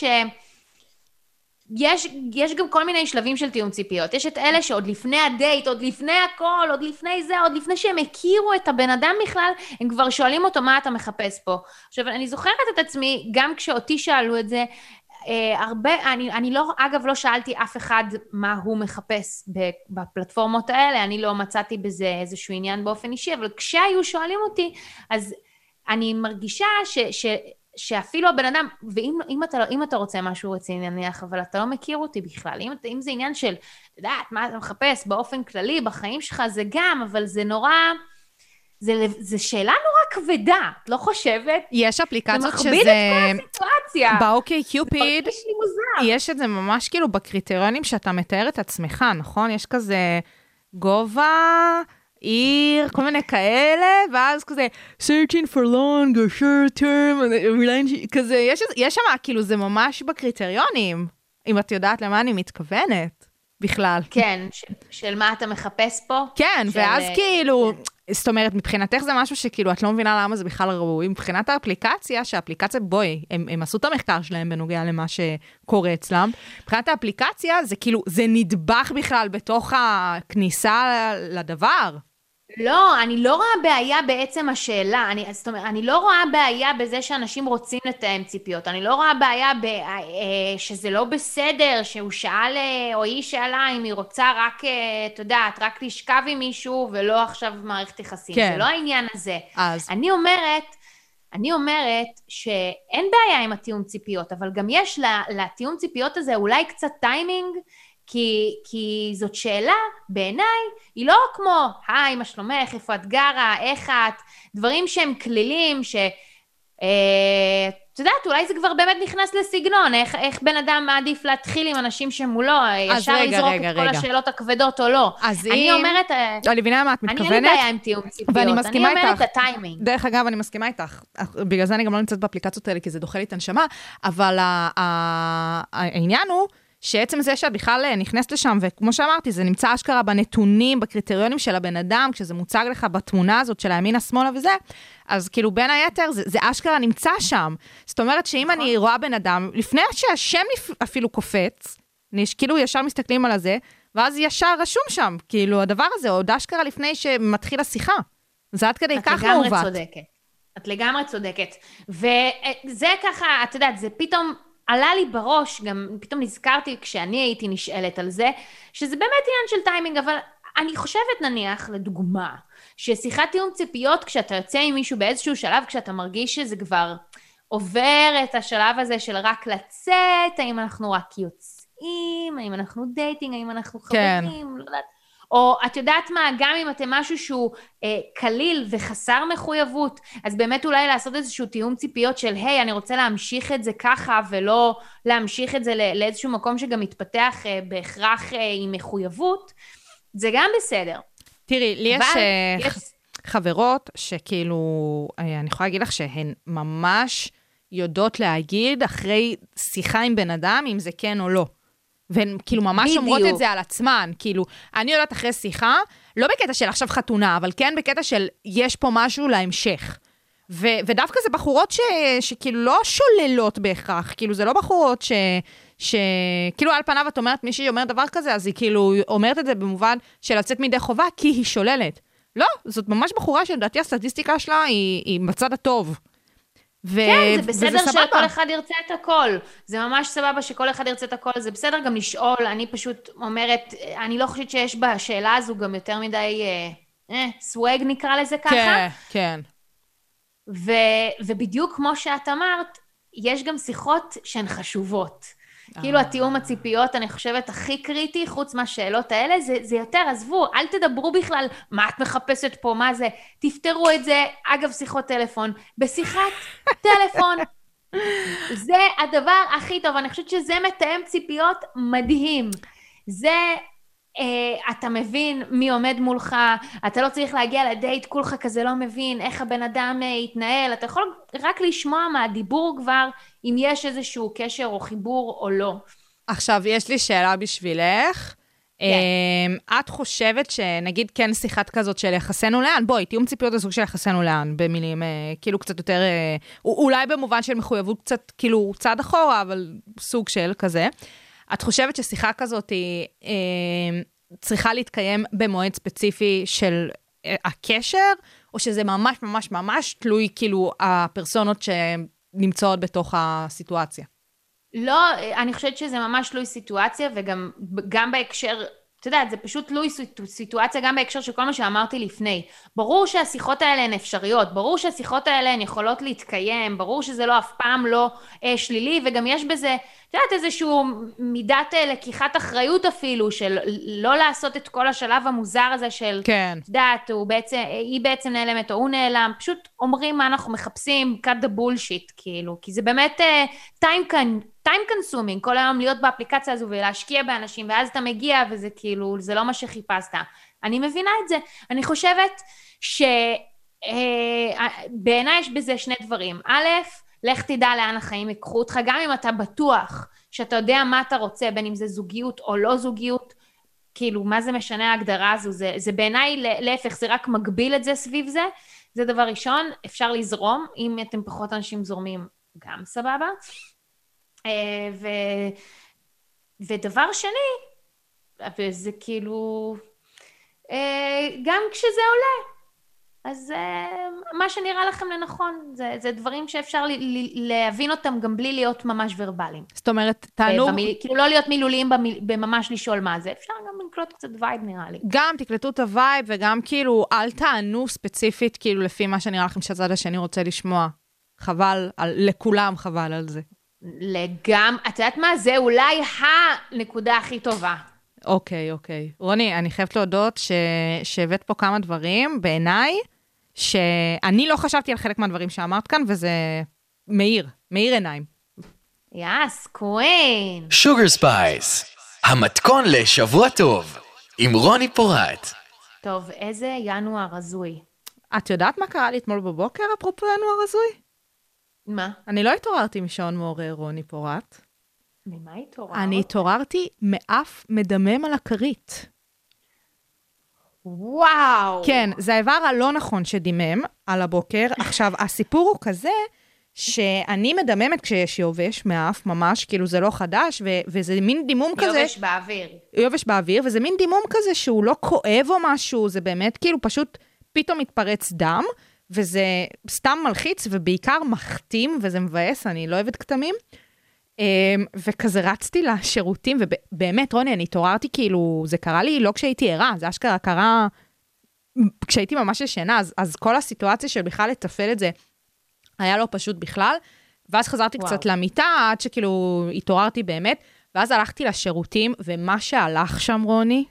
יש גם כל מיני שלבים של תיאום ציפיות. יש את אלה שעוד לפני הדייט, עוד לפני הכל, עוד לפני זה, עוד לפני שהם הכירו את הבן אדם בכלל, הם כבר שואלים אותו מה אתה מחפש פה. עכשיו, אני זוכרת את עצמי, גם כשאותי שאלו את זה, אני לא, אגב, לא שאלתי אף אחד מה הוא מחפש בפלטפורמות האלה, אני לא מצאתי בזה איזשהו עניין באופן אישי, אבל כשהיו שואלים אותי, אז אני מרגישה שאפילו הבן אדם, ואם אתה רוצה משהו רציני, נניח, אבל אתה לא מכיר אותי בכלל, אם זה עניין של, אתה יודעת, מה אתה מחפש באופן כללי, בחיים שלך זה גם, אבל זה נורא... זה שאלה נורא כבדה, את לא חושבת? יש אפליקציות שזה... זה מכביד את כל הסיטואציה. באוקיי קיופיד, יש את זה ממש כאילו בקריטריונים שאתה מתאר את עצמך, נכון? יש כזה גובה, עיר, כל מיני כאלה, ואז כזה searching for long or short term, כזה, יש שם כאילו זה ממש בקריטריונים, אם את יודעת למה אני מתכוונת בכלל. כן, של מה אתה מחפש פה? כן, ואז כאילו... זאת אומרת, מבחינתך זה משהו שכאילו את לא מבינה למה זה בכלל ראוי. מבחינת האפליקציה, שהאפליקציה, בואי, הם עשו את המחקר שלהם בנוגע למה שקורה אצלם. מבחינת האפליקציה, זה כאילו, זה נדבך בכלל בתוך הכניסה לדבר. לא, אני לא רואה בעיה בעצם השאלה. זאת אומרת, אני לא רואה בעיה בזה שאנשים רוצים לתאם ציפיות. אני לא רואה בעיה שזה לא בסדר, שהוא שאל, או היא שאלה אם היא רוצה רק, אתה יודעת, רק לשכב עם מישהו, ולא עכשיו מערכת יחסים. כן. זה לא העניין הזה. אז. אני אומרת שאין בעיה עם התיאום ציפיות, אבל גם יש לתיאום ציפיות הזה אולי קצת טיימינג, כי זאת שאלה, בעיניי, היא לא כמו, היי, מה שלומך, איפה את גרה, איך את, דברים שהם כלילים, את יודעת, אולי זה כבר באמת נכנס לסגנון, איך בן אדם מעדיף להתחיל עם אנשים שמולו, ישר לזרוק את כל השאלות הכבדות או לא. אני אומרת, אני מבינה מה את מתכוונת, אני אין בעיה עם תיאום ציפיות, אני אומרת את הטיימינג. דרך אגב, אני מסכימה איתך, בגלל זה אני גם לא נמצאת באפליקציות האלה, כי זה דוחה לי את הנשמה, אבל העניין הוא, שעצם זה שאת בכלל נכנסת לשם, וכמו שאמרתי, זה נמצא אשכרה בנתונים, בקריטריונים של הבן אדם, כשזה מוצג לך בתמונה הזאת של הימין השמאלה וזה, אז כאילו בין היתר, זה אשכרה נמצא שם. זאת אומרת שאם אני רואה בן אדם, לפני שהשם אפילו קופץ, כאילו ישר מסתכלים על הזה, ואז ישר רשום שם, כאילו הדבר הזה, עוד אשכרה לפני שמתחיל השיחה. זה עד כדי כך מעוות. את לגמרי צודקת. את לגמרי צודקת. וזה ככה, את יודעת, זה פתאום עלה לי בראש, גם פתאום נזכרתי כשאני הייתי נשאלת על זה, שזה באמת עניין של טיימינג, אבל אני חושבת נניח, לדוגמה, ששיחת תיאום ציפיות, כשאתה יוצא עם מישהו באיזשהו שלב, כשאתה מרגיש שזה כבר עובר את השלב הזה של רק לצאת, האם אנחנו רק יוצאים, האם אנחנו דייטינג, האם אנחנו חברים, לא יודעת. או את יודעת מה, גם אם אתם משהו שהוא קליל וחסר מחויבות, אז באמת אולי לעשות איזשהו תיאום ציפיות של, היי, אני רוצה להמשיך את זה ככה, ולא להמשיך את זה לאיזשהו מקום שגם מתפתח בהכרח עם מחויבות, זה גם בסדר. תראי, לי יש חברות שכאילו, אני יכולה להגיד לך שהן ממש יודעות להגיד אחרי שיחה עם בן אדם, אם זה כן או לא. והן כאילו ממש אומרות את זה על עצמן, כאילו, אני יודעת אחרי שיחה, לא בקטע של עכשיו חתונה, אבל כן בקטע של יש פה משהו להמשך. ודווקא זה בחורות שכאילו לא שוללות בהכרח, כאילו זה לא בחורות כאילו על פניו את אומרת, מישהי אומרת דבר כזה, אז היא כאילו אומרת את זה במובן של לצאת מידי חובה, כי היא שוללת. לא, זאת ממש בחורה שלדעתי הסטטיסטיקה שלה היא בצד הטוב. כן, זה בסדר שכל אחד ירצה את הכל. זה ממש סבבה שכל אחד ירצה את הכל. זה בסדר גם לשאול. אני פשוט אומרת, אני לא חושבת שיש בשאלה הזו גם יותר מדי סווג נקרא לזה ככה. כן, כן. ובדיוק כמו שאת אמרת, יש גם שיחות שהן חשובות. כאילו התיאום הציפיות, אני חושבת, הכי קריטי, חוץ מהשאלות האלה, זה יותר, עזבו, אל תדברו בכלל מה את מחפשת פה, מה זה, תפתרו את זה, אגב, שיחות טלפון, בשיחת טלפון, זה הדבר הכי טוב, אני חושבת שזה מתאם ציפיות מדהים, זה, אתה מבין מי עומד מולך, אתה לא צריך להגיע לדייט, כולך כזה לא מבין איך הבן אדם יתנהל, אתה יכול רק לשמוע מהדיבור כבר, אם יש איזשהו קשר או חיבור או לא. עכשיו, יש לי שאלה בשבילך. את חושבת שנגיד כן שיחת כזאת של יחסנו לאן? בואי, תיאום ציפיות הסוג של יחסנו לאן, במילים כאילו קצת יותר, אולי במובן של מחויבות קצת כאילו צעד אחורה, אבל סוג של כזה. את חושבת ששיחה כזאת היא צריכה להתקיים במועד ספציפי של הקשר, או שזה ממש ממש ממש תלוי כאילו הפרסונות שנמצאות בתוך הסיטואציה? לא, אני חושבת שזה ממש תלוי סיטואציה, וגם בהקשר, אתה יודע, זה פשוט תלוי סיטואציה, גם בהקשר של כל מה שאמרתי לפני. ברור שהשיחות האלה הן אפשריות, ברור שהשיחות האלה הן יכולות להתקיים, ברור שזה לא אף פעם לא שלילי, וגם יש בזה, אתה יודעת, איזשהו מידת לקיחת אחריות אפילו, של לא לעשות את כל השלב המוזר הזה של, כן. אתה יודעת, היא בעצם נעלמת או הוא נעלם, פשוט אומרים מה אנחנו מחפשים, cut the bullshit, כאילו, כי זה באמת time consuming, כל היום להיות באפליקציה הזו ולהשקיע באנשים, ואז אתה מגיע וזה כאילו, זה לא מה שחיפשת. אני מבינה את זה. אני חושבת שבעיניי יש בזה שני דברים. א', לך תדע לאן החיים יקחו אותך, גם אם אתה בטוח שאתה יודע מה אתה רוצה, בין אם זה זוגיות או לא זוגיות, כאילו, מה זה משנה ההגדרה הזו? זה בעיניי להפך, זה רק מגביל את זה סביב זה. זה דבר ראשון, אפשר לזרום, אם אתם פחות אנשים זורמים, גם סבבה. ודבר שני, וזה כאילו, גם כשזה עולה, אז מה שנראה לכם לנכון, זה דברים שאפשר להבין אותם גם בלי להיות ממש ורבליים. זאת אומרת, תענו... כאילו לא להיות מילוליים בממש לשאול מה זה, אפשר גם לקלוט קצת וייב נראה לי. גם תקלטו את הווייב וגם כאילו, אל תענו ספציפית, כאילו לפי מה שנראה לכם שהצד השני רוצה לשמוע. חבל, לכולם חבל על זה. את יודעת מה? זה אולי הנקודה הכי טובה. אוקיי. רוני, אני חייבת להודות שהבאת פה כמה דברים, בעיניי, שאני לא חשבתי על חלק מהדברים שאמרת כאן, וזה מאיר עיניים. יס, קווין. שוגר ספייס, המתכון לשבוע טוב, עם רוני פורט. טוב, איזה ינואר הזוי. את יודעת מה קרה לי אתמול בבוקר, אפרופו ינואר הזוי? מה? אני לא התעוררתי משעון מעורר, רוני פורט. ממה התעוררת? אני התעוררתי מאף מדמם על הכרית. וואו! כן, זה האיבר הלא נכון שדימם על הבוקר. עכשיו, הסיפור הוא כזה, שאני מדממת כשיש יובש מאף, ממש, כאילו זה לא חדש, וזה מין דימום כזה... יובש באוויר. יובש באוויר, וזה מין דימום כזה שהוא לא כואב או משהו, זה באמת כאילו פשוט פתאום מתפרץ דם, וזה סתם מלחיץ, ובעיקר מחתים, וזה מבאס, אני לא אוהבת כתמים. וכזה רצתי לשירותים, ובאמת, רוני, אני התעוררתי כאילו, זה קרה לי לא כשהייתי ערה, זה אשכרה קרה כשהייתי ממש ישנה, אז כל הסיטואציה של בכלל לטפל את זה, היה לא פשוט בכלל, ואז חזרתי קצת למיטה, עד שכאילו התעוררתי באמת, ואז הלכתי לשירותים, ומה שהלך שם, רוני,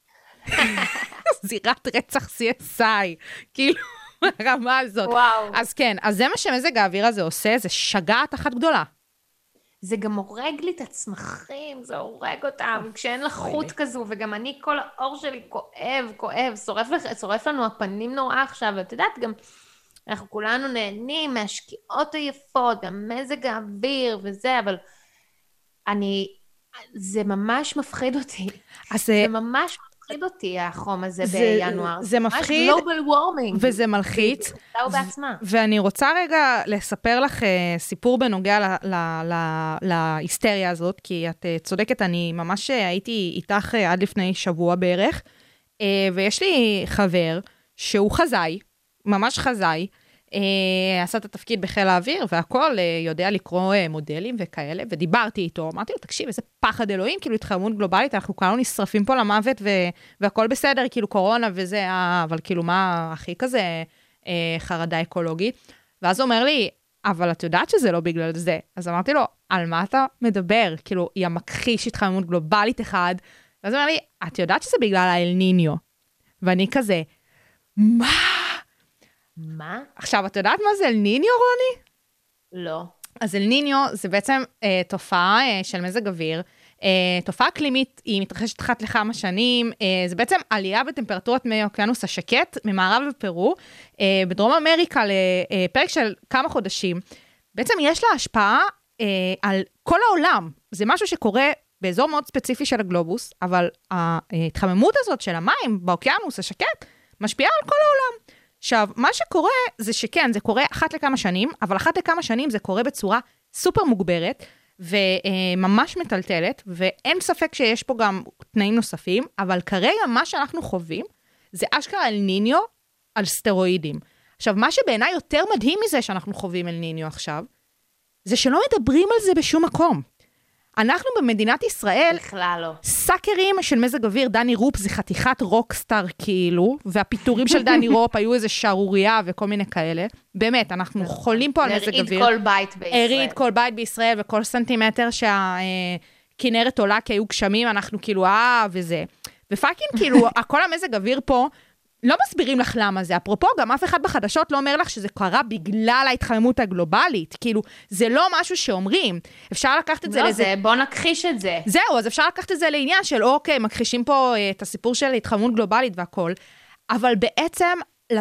זירת רצח CSI, כאילו, הרמה הזאת. וואו. אז כן, אז זה מה שמזג האוויר הזה עושה, זה שגעת אחת גדולה. זה גם הורג לי את הצמחים, זה הורג אותם, כשאין לך חוט כזו, וגם אני, כל האור שלי כואב, שורף לנו הפנים נורא עכשיו, ואת יודעת, גם אנחנו כולנו נהנים מהשקיעות היפות, מהמזג האוויר וזה, אבל זה ממש מפחיד אותי. זה ממש מפחיד אותי, החום הזה בינואר. זה מפחיד. ממש global warming. וזה מלחיץ. זה בעצמה. ואני רוצה רגע לספר לך סיפור בנוגע להיסטריה הזאת, כי את צודקת, אני ממש הייתי איתך עד לפני שבוע בערך, ויש לי חבר שהוא חזאי, ממש חזאי, עשה את התפקיד בחיל האוויר, והכל יודע לקרוא מודלים וכאלה, ודיברתי איתו, אמרתי לו, תקשיב, איזה פחד אלוהים, כאילו התחממות גלובלית, אנחנו כולנו נשרפים פה למוות, והכל בסדר, כאילו קורונה וזה, אבל כאילו מה הכי כזה חרדה אקולוגית, ואז הוא אומר לי, אבל את יודעת שזה לא בגלל זה, אז אמרתי לו, על מה אתה מדבר? כאילו, היא המכחיש התחממות גלובלית אחד, ואז הוא אומר לי, את יודעת שזה בגלל האל ניניו, ואני כזה, מה? עכשיו, את יודעת מה זה אל ניניו, רוני? לא. אז אל ניניו זה בעצם תופעה של מזג אוויר, תופעה אקלימית, היא מתרחשת אחת לכמה שנים, זה בעצם עלייה בטמפרטורת מי האוקיינוס השקט, ממערב לפרו, בדרום אמריקה לפרק של כמה חודשים. בעצם יש לה השפעה על כל העולם, זה משהו שקורה באזור מאוד ספציפי של הגלובוס, אבל ההתחממות הזאת של המים באוקיינוס השקט, משפיעה על כל העולם. עכשיו, מה שקורה זה שכן, זה קורה אחת לכמה שנים, אבל אחת לכמה שנים זה קורה בצורה סופר מוגברת, וממש מטלטלת, ואין ספק שיש פה גם תנאים נוספים, אבל כרגע מה שאנחנו חווים, זה אשכרה אל ניניו על סטרואידים. עכשיו, מה שבעיניי יותר מדהים מזה שאנחנו חווים אל ניניו עכשיו, זה שלא מדברים על זה בשום מקום. אנחנו במדינת ישראל, בכלל לא. סאקרים של מזג אוויר, דני רופ זה חתיכת רוקסטאר כאילו, והפיטורים של דני רופ היו איזה שערוריה וכל מיני כאלה. באמת, אנחנו חולים פה על מזג אוויר. הרעיד כל בית בישראל. הרעיד כל בית בישראל, וכל סנטימטר שהכנרת עולה, כי היו גשמים, אנחנו כאילו, וזה. ופאקינג כאילו, כל המזג אוויר פה, לא מסבירים לך למה זה. אפרופו, גם אף אחד בחדשות לא אומר לך שזה קרה בגלל ההתחממות הגלובלית. כאילו, זה לא משהו שאומרים. אפשר לקחת את זה לזה... לא, בוא נכחיש את זה. זהו, אז אפשר לקחת את זה לעניין של, אוקיי, מכחישים פה את הסיפור של התחממות גלובלית והכל. אבל בעצם,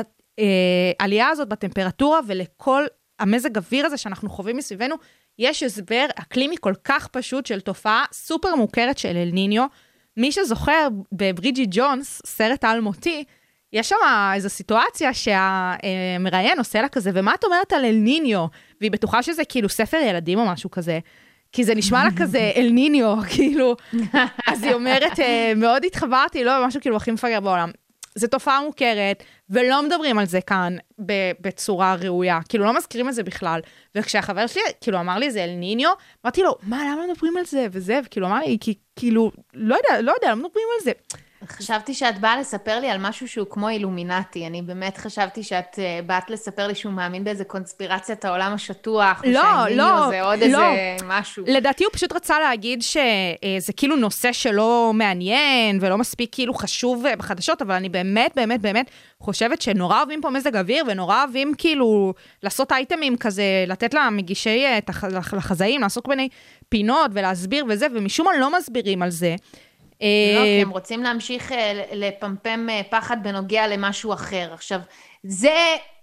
העלייה הזאת בטמפרטורה ולכל המזג אוויר הזה שאנחנו חווים מסביבנו, יש הסבר אקלימי כל כך פשוט של תופעה סופר מוכרת של אל ניניו. מי שזוכר בברידג'יט ג'ונס, סרט אלמותי, יש שם איזו סיטואציה שהמראיין עושה לה כזה, ומה את אומרת על אל ניניו? והיא בטוחה שזה כאילו ספר ילדים או משהו כזה, כי זה נשמע לה כזה אל ניניו, כאילו, אז היא אומרת, מאוד התחברתי, לא, משהו כאילו הכי מפגר בעולם. זו תופעה מוכרת, ולא מדברים על זה כאן בצורה ראויה, כאילו לא מזכירים את זה בכלל, וכשהחבר שלי כאילו אמר לי זה אל ניניו, אמרתי לו, מה, למה מדברים על זה? וזה, וכאילו אמר לי, כאילו, לא יודע, למה מדברים על זה? חשבתי שאת באה לספר לי על משהו שהוא כמו אילומינטי, אני באמת חשבתי שאת באת לספר לי שהוא מאמין באיזה קונספירציית העולם השטוח, לא, זה עוד איזה משהו. לדעתי הוא פשוט רצה להגיד שזה כאילו נושא שלא מעניין, ולא מספיק כאילו חשוב בחדשות, אבל אני באמת חושבת שנורא אוהבים פה מזג אוויר, ונורא אוהבים כאילו לעשות אייטמים כזה, לתת למגישי, לחזאים, לעסוק בני פינות ולהסביר וזה, ומשום מה לא מסבירים על זה. לא, כי הם רוצים להמשיך לפמפם פחד בנוגע למשהו אחר. עכשיו, זה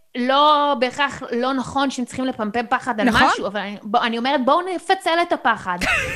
לא בהכרח לא נכון שהם צריכים לפמפם פחד על משהו, אבל אני אומרת, בואו נפצל את הפחד.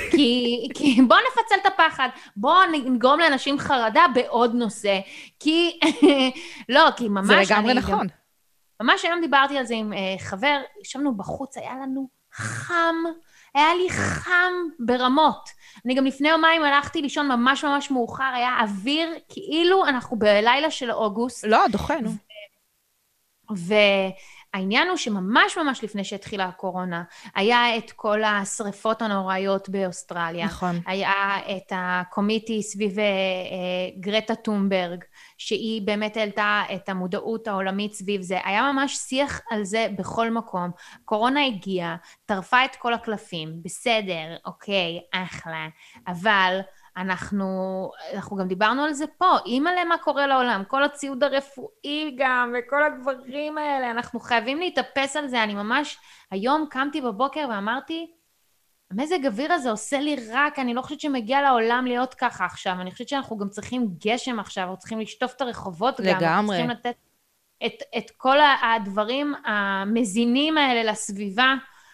כי בואו נפצל את הפחד, בואו נגרום לאנשים חרדה בעוד נושא. כי, לא, כי ממש... זה לגמרי נכון. ממש היום דיברתי על זה עם חבר, ישבנו בחוץ, היה לנו חם, היה לי חם ברמות. אני גם לפני יומיים הלכתי לישון ממש מאוחר, היה אוויר כאילו אנחנו בלילה של אוגוסט. לא, דוחנו. העניין הוא שממש ממש לפני שהתחילה הקורונה, היה את כל השריפות הנוראיות באוסטרליה. נכון. היה את הקומיטי סביב גרטה טומברג, שהיא באמת העלתה את המודעות העולמית סביב זה. היה ממש שיח על זה בכל מקום. קורונה הגיעה, טרפה את כל הקלפים, בסדר, אוקיי, אחלה, אבל אנחנו גם דיברנו על זה פה, אימא'לה מה קורה לעולם, כל הציוד הרפואי גם, וכל הדברים האלה, אנחנו חייבים להתאפס על זה. אני ממש, היום קמתי בבוקר ואמרתי, המזג אוויר הזה עושה לי רק, אני לא חושבת שמגיע לעולם להיות ככה עכשיו, אני חושבת שאנחנו גם צריכים גשם עכשיו, אנחנו צריכים לשטוף את הרחובות גם, אנחנו צריכים לתת את כל הדברים המזינים האלה לסביבה,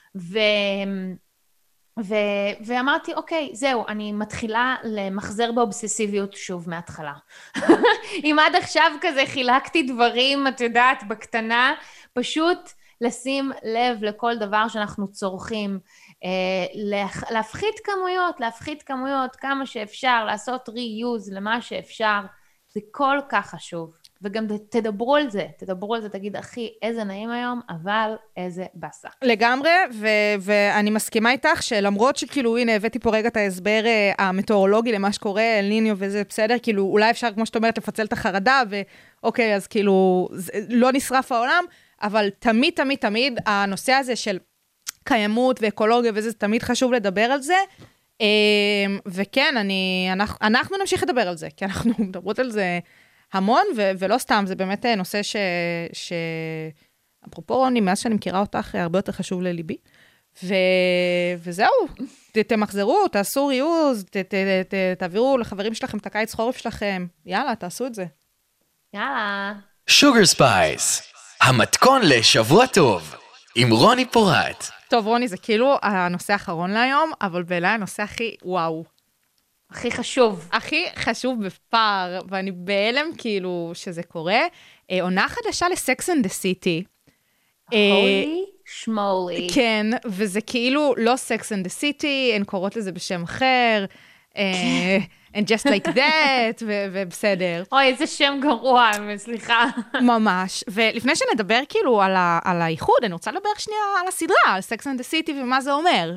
ואמרתי, אוקיי, זהו, אני מתחילה למחזר באובססיביות שוב מההתחלה. אם עד עכשיו כזה חילקתי דברים, את יודעת, בקטנה, פשוט לשים לב לכל דבר שאנחנו צורכים, להפחית כמויות כמה שאפשר, לעשות ריוז למה שאפשר, זה כל כך חשוב. וגם תדברו על זה, תגיד, אחי, איזה נעים היום, אבל איזה בסה. לגמרי, ואני מסכימה איתך שלמרות שכאילו, הנה, הבאתי פה רגע את ההסבר המטאורולוגי למה שקורה, אל ניניו וזה בסדר, כאילו, אולי אפשר, כמו שאת אומרת, לפצל את החרדה, ואוקיי, אז כאילו, לא נשרף העולם, אבל תמיד, הנושא הזה של קיימות ואקולוגיה וזה, תמיד חשוב לדבר על זה, וכן, אנחנו נמשיך לדבר על זה, כי אנחנו מדברות על זה המון, ולא סתם, זה באמת נושא אפרופו רוני, מאז שאני מכירה אותך, הרבה יותר חשוב לליבי, וזהו, תמחזרו, תעשו ריוז, תעבירו לחברים שלכם את הקיץ חורף שלכם, יאללה, תעשו את זה. יאללה. שוגר ספייס, המתכון לשבוע טוב, עם רוני פורט. טוב, רוני, זה כאילו הנושא האחרון להיום, אבל בעיניי הנושא הכי וואו. הכי חשוב בפער, ואני בהלם כאילו שזה קורה. עונה חדשה לסקס אנד דה סיטי. הולי שמולי. כן, וזה כאילו לא סקס אנד דה סיטי, הן קוראות לזה בשם אחר, and just like that, ובסדר. אוי, איזה שם גרוע, סליחה. ממש. ולפני שנדבר כאילו על האיחוד, אני רוצה לדבר שנייה על הסדרה, על סקס אנד דה סיטי ומה זה אומר.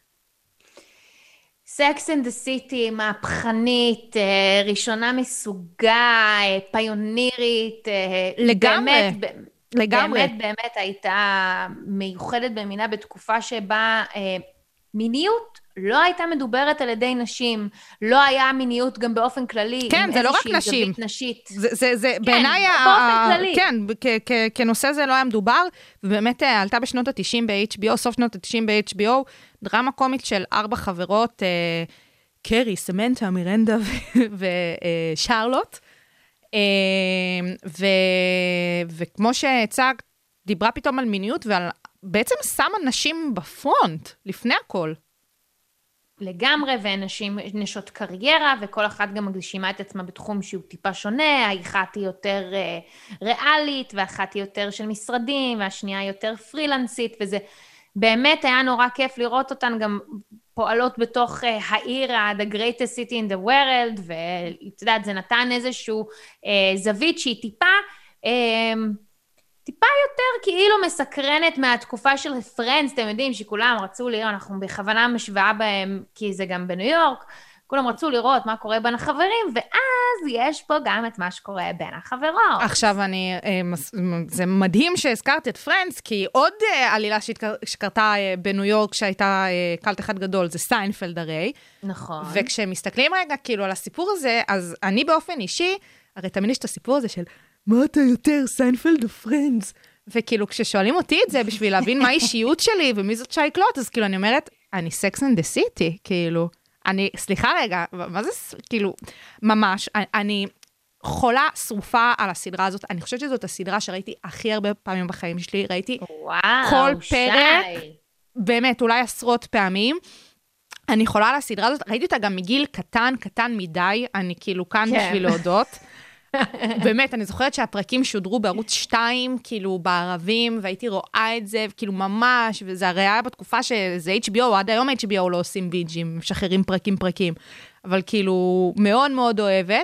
סקס אנד דה סיטי, מהפכנית, ראשונה מסוגה, פיונירית, לגמרי. באמת הייתה מיוחדת במינה בתקופה שבה מיניות לא הייתה מדוברת על ידי נשים, לא היה מיניות גם באופן כללי. כן, זה לא רק נשים. זה בעיניי, באופן כללי. כן, כנושא זה לא היה מדובר, ובאמת עלתה בשנות ה-90 ב-HBO, סוף שנות ה-90 ב-HBO, דרמה קומית של 4 חברות, קרי, סמנטה, מירנדה ושרלוט, וכמו שהצג, דיברה פתאום על מיניות, ובעצם שמה נשים בפרונט, לפני הכל. לגמרי, ונשים נשות קריירה, וכל אחת גם מגשימה את עצמה בתחום שהוא טיפה שונה, האחת היא יותר ריאלית, והאחת היא יותר של משרדים, והשנייה יותר פרילנסית, וזה באמת היה נורא כיף לראות אותן גם פועלות בתוך העיר, the greatest city in the world, ואת יודעת, זה נתן איזשהו זווית שהיא טיפה יותר כאילו מסקרנת מהתקופה של פרנדס, אתם יודעים שכולם רצו לראות, אנחנו בכוונה משוואה בהם, כי זה גם בניו יורק, כולם רצו לראות מה קורה בין החברים, ואז יש פה גם את מה שקורה בין החברות. עכשיו זה מדהים שהזכרת את פרנדס, כי עוד עלילה שקרתה בניו יורק, שהייתה קלט אחד גדול, זה סיינפלד הרי. נכון. וכשמסתכלים רגע כאילו על הסיפור הזה, אז אני באופן אישי, הרי תמיד יש את הסיפור הזה של, מה אתה יותר, סיינפלד או פרנדס? וכאילו, כששואלים אותי את זה, בשביל להבין מה האישיות שלי, ומי זאת שי קלוט, אז כאילו, אני אומרת, אני סקס אנד דה סיטי, כאילו, סליחה רגע, מה זה, כאילו, ממש, אני חולה שרופה על הסדרה הזאת, אני חושבת שזאת הסדרה שראיתי הכי הרבה פעמים בחיים שלי, ראיתי כל פרק, באמת, אולי עשרות פעמים, אני חולה על הסדרה הזאת, ראיתי אותה גם מגיל קטן מדי, אני כאילו כאן בשביל להודות, באמת, אני זוכרת שהפרקים שודרו בערוץ 2, כאילו בערבים, והייתי רואה את זה, כאילו ממש, וזה הרי היה בתקופה שזה HBO, עד היום HBO לא עושים ביג'ים, משחררים פרקים, אבל כאילו מאוד מאוד אוהבת.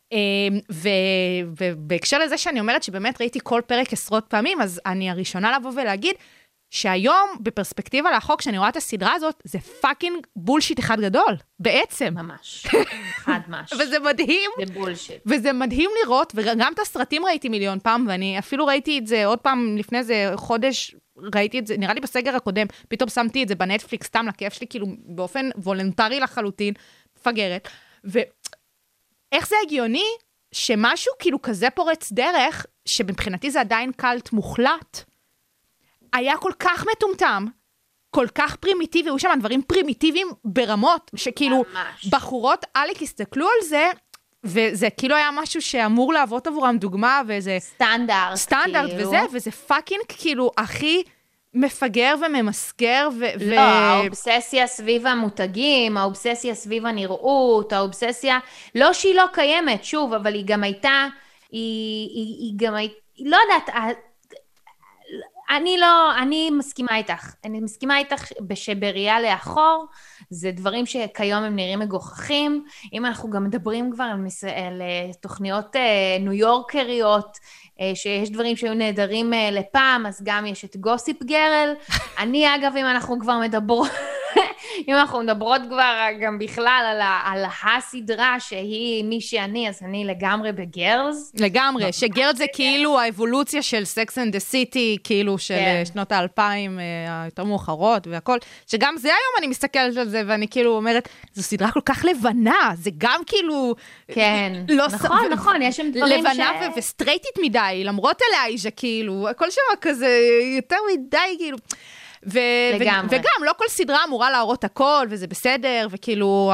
ובהקשר לזה שאני אומרת שבאמת ראיתי כל פרק עשרות פעמים, אז אני הראשונה לבוא ולהגיד, שהיום, בפרספקטיבה לחוק, כשאני רואה את הסדרה הזאת, זה פאקינג בולשיט אחד גדול, בעצם. ממש, חד מש. וזה מדהים. זה בולשיט. וזה מדהים לראות, וגם את הסרטים ראיתי מיליון פעם, ואני אפילו ראיתי את זה עוד פעם לפני איזה חודש, ראיתי את זה, נראה לי בסגר הקודם, פתאום שמתי את זה בנטפליקס, סתם לכיף שלי, כאילו באופן וולונטרי לחלוטין, מפגרת. ואיך זה הגיוני שמשהו כאילו כזה פורץ דרך, שמבחינתי זה עדיין קלט מוחלט, היה כל כך מטומטם, כל כך פרימיטיבי, היו שם דברים פרימיטיביים ברמות, שכאילו בחורות עליק הסתכלו על זה, וזה כאילו היה משהו שאמור להוות עבורם דוגמה, וזה סטנדרט כאילו. וזה פאקינג כאילו הכי מפגר וממסגר. לא, האובססיה סביב המותגים, האובססיה סביב הנראות, האובססיה, לא שהיא לא קיימת, שוב, אבל היא גם הייתה, היא גם הייתה, לא יודעת, אני מסכימה איתך. אני מסכימה איתך שבראייה לאחור, זה דברים שכיום הם נראים מגוחכים. אם אנחנו גם מדברים כבר על תוכניות ניו יורקריות, שיש דברים שהיו נהדרים לפעם, אז גם יש את גוסיפ גרל. אני אגב, אם אנחנו כבר מדברות כבר גם בכלל על הסדרה שהיא מי שאני, אז אני לגמרי בגרלס. לגמרי, שגרלס זה כאילו האבולוציה של סקס אנד דה סיטי, כאילו של שנות ה-2000 היותר מאוחרות והכל, שגם זה היום אני מסתכלת על זה ואני כאילו אומרת, זו סדרה כל כך לבנה, זה גם כאילו... כן, נכון, יש שם דברים לבנה וסטרייטית מדי, למרות אלייז'ה כאילו, הכל שם כזה יותר מדי כאילו... וגם לא כל סדרה אמורה להראות הכל, וזה בסדר, וכאילו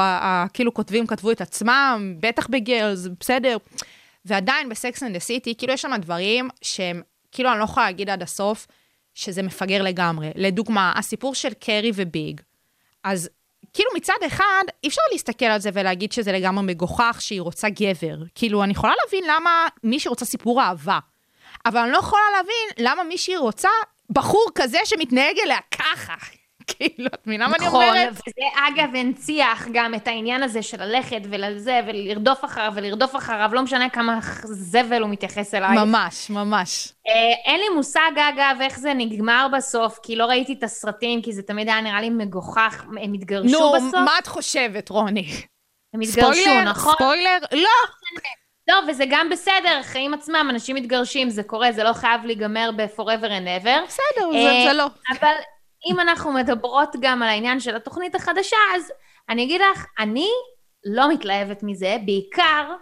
כתבו את עצמם, בטח בגרלס, זה בסדר. ועדיין בסקס אנד דה סיטי, כאילו יש שם דברים שהם, כאילו אני לא יכולה להגיד עד הסוף, שזה מפגר לגמרי. לדוגמה, הסיפור של קרי וביג, אז כאילו מצד אחד, אי אפשר להסתכל על זה ולהגיד שזה לגמרי מגוחך, שהיא רוצה גבר. כאילו אני יכולה להבין למה מישהי רוצה סיפור אהבה, אבל אני לא יכולה להבין למה מישהי רוצה בחור כזה שמתנהג אליה ככה. כאילו, את מבינה מה אני אומרת? נכון, וזה אגב הנציח גם את העניין הזה של ללכת ולזה, ולרדוף אחריו, לא משנה כמה זבל הוא מתייחס אליי. ממש, ממש. אין לי מושג אגב איך זה נגמר בסוף, כי לא ראיתי את הסרטים, כי זה תמיד היה נראה לי מגוחך, הם התגרשו בסוף. נו, מה את חושבת, רוני? הם התגרשו, נכון? ספוילר? לא. לא, וזה גם בסדר, חיים עצמם, אנשים מתגרשים, זה קורה, זה לא חייב להיגמר ב-forever and ever. בסדר, זה לא. אבל אם אנחנו מדברות גם על העניין של התוכנית החדשה, אז אני אגיד לך, אני לא מתלהבת מזה, בעיקר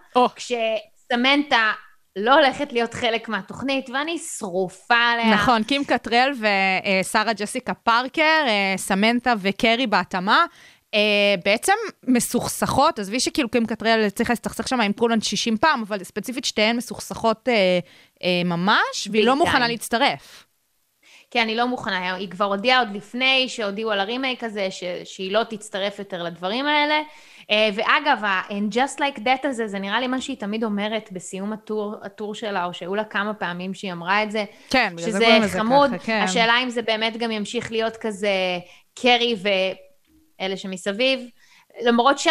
כשסמנטה לא הולכת להיות חלק מהתוכנית, ואני שרופה עליה. נכון, קים קטרל ושרה ג'סיקה פארקר, סמנטה וקרי בהתאמה, בעצם מסוכסכות, אז וי שכאילו קים קטרל צריך להסתכסך שם עם כולן 60 פעם, אבל ספציפית שתיהן מסוכסכות ממש, והיא לא מוכנה להצטרף. כן, אני לא מוכנה, היא כבר הודיעה עוד לפני שהודיעו על הרימייק הזה, שהיא לא תצטרף יותר לדברים האלה, ואגב, ה-And Just Like That הזה, זה נראה לי מה שהיא תמיד אומרת בסיום הטור שלה, או שהיו לה כמה פעמים שהיא אמרה את זה, כן, שזה חמוד, ככה, כן. השאלה אם זה באמת גם ימשיך להיות כזה קרי ואלה שמסביב, למרות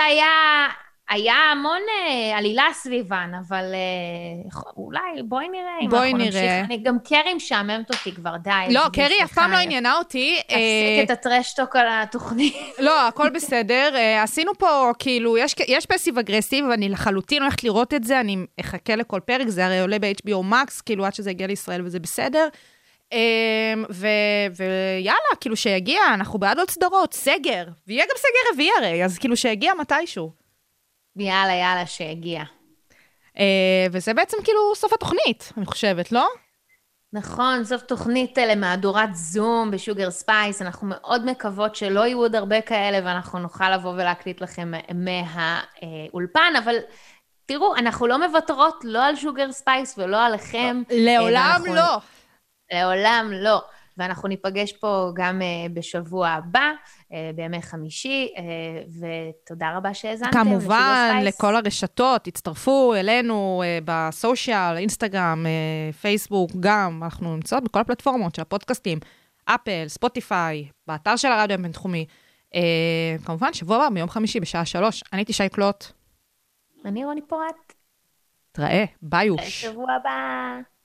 היה המון עלילה סביבן, אבל אולי בואי נראה אם אנחנו נמשיך. אני גם קרי משעממת אותי כבר, די. לא, קרי אף פעם לא עניינה אותי. תפסיק את הטרשטוק על התוכנית. לא, הכל בסדר. עשינו פה, כאילו, יש פסיב אגרסיב, ואני לחלוטין הולכת לראות את זה, אני אחכה לכל פרק, זה הרי עולה ב-HBO Max, כאילו עד שזה יגיע לישראל וזה בסדר. ויאללה, כאילו שיגיע, אנחנו בעד עוד סדרות, סגר, ויהיה גם סגר רביעי הרי, אז כאילו שיגיע מתישהו. יאללה, שהגיע. וזה בעצם כאילו סוף התוכנית, אני חושבת, לא? נכון, סוף תוכנית למהדורת זום בשוגר ספייס, אנחנו מאוד מקוות שלא יהיו עוד הרבה כאלה, ואנחנו נוכל לבוא ולהקליט לכם מהאולפן, אבל תראו, אנחנו לא מוותרות לא על שוגר ספייס ולא עליכם. לעולם לא. לעולם לא. ואנחנו ניפגש פה גם בשבוע הבא, בימי חמישי, ותודה רבה שהאזנתם. כמובן, לכל הרשתות, תצטרפו אלינו בסושיאל, אינסטגרם, פייסבוק, גם, אנחנו נמצאות בכל הפלטפורמות של הפודקאסטים, אפל, ספוטיפיי, באתר של הרדיו הבינתחומי. כמובן, שבוע הבא, ביום חמישי בשעה 3, אני תשי קלוט. אני רוני פורט. נתראה, ביוש. שבוע הבא.